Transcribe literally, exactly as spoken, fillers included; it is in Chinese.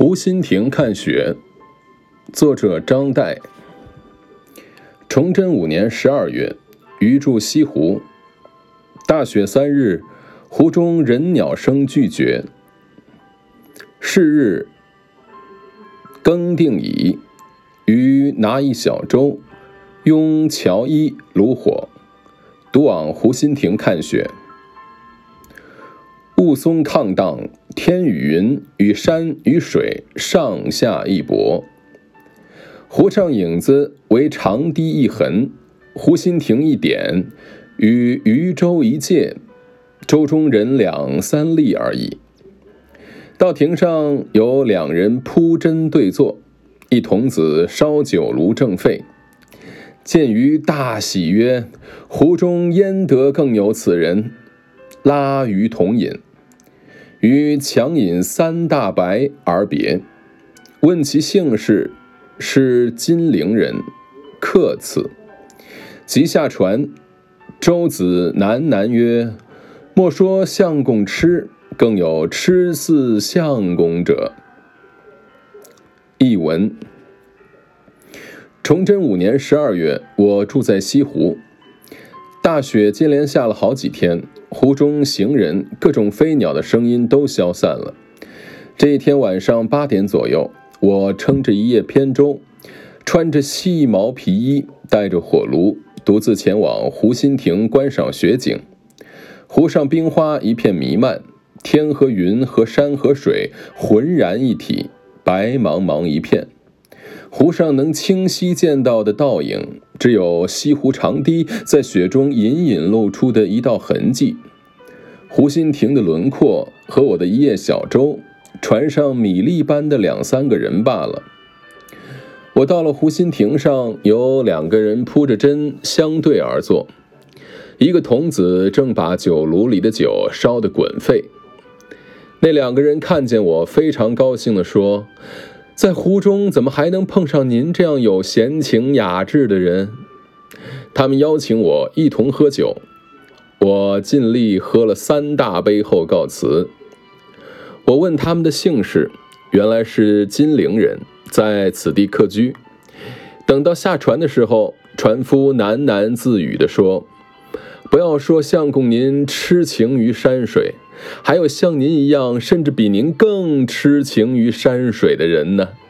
湖心亭看雪，作者张岱。崇祯五年十二月，余住西湖。大雪三日，湖中人鸟声俱绝。是日更定矣，余拿一小舟，拥樵衣炉火，独往湖心亭看雪。雾凇抗荡，天与云与山与水上下一搏。湖上影子为长堤一痕，湖心亭一点，与渔舟一芥，舟中人两三粒而已。到亭上有两人铺针对坐，一童子烧酒炉正沸。见余大喜曰：“湖中焉得更有此人？”拉余同饮。余强饮三大白而别，问其姓氏，是金陵人，客此。即下船，舟子喃喃曰：“莫说相公痴，更有痴似相公者。”译文：崇祯五年十二月，我住在西湖。大雪接连下了好几天，湖中行人、各种飞鸟的声音都消散了。这一天晚上八点左右，我撑着一叶扁舟，穿着细毛皮衣，带着火炉，独自前往湖心亭观赏雪景。湖上冰花一片弥漫，天和云和山和水浑然一体，白茫茫一片。湖上能清晰见到的倒影，只有西湖长堤在雪中隐隐露出的一道痕迹。湖心亭的轮廓和我的一叶小舟，船上米粒般的两三个人罢了。我到了湖心亭上，有两个人铺着针相对而坐，一个童子正把酒炉里的酒烧得滚沸。那两个人看见我，非常高兴地说：“在湖中怎么还能碰上您这样有闲情雅致的人？”他们邀请我一同喝酒，我尽力喝了三大杯后告辞。我问他们的姓氏，原来是金陵人，在此地客居。等到下船的时候，船夫喃喃自语地说：“不要说相公您痴情于山水，还有像您一样甚至比您更痴情于山水的人呢。”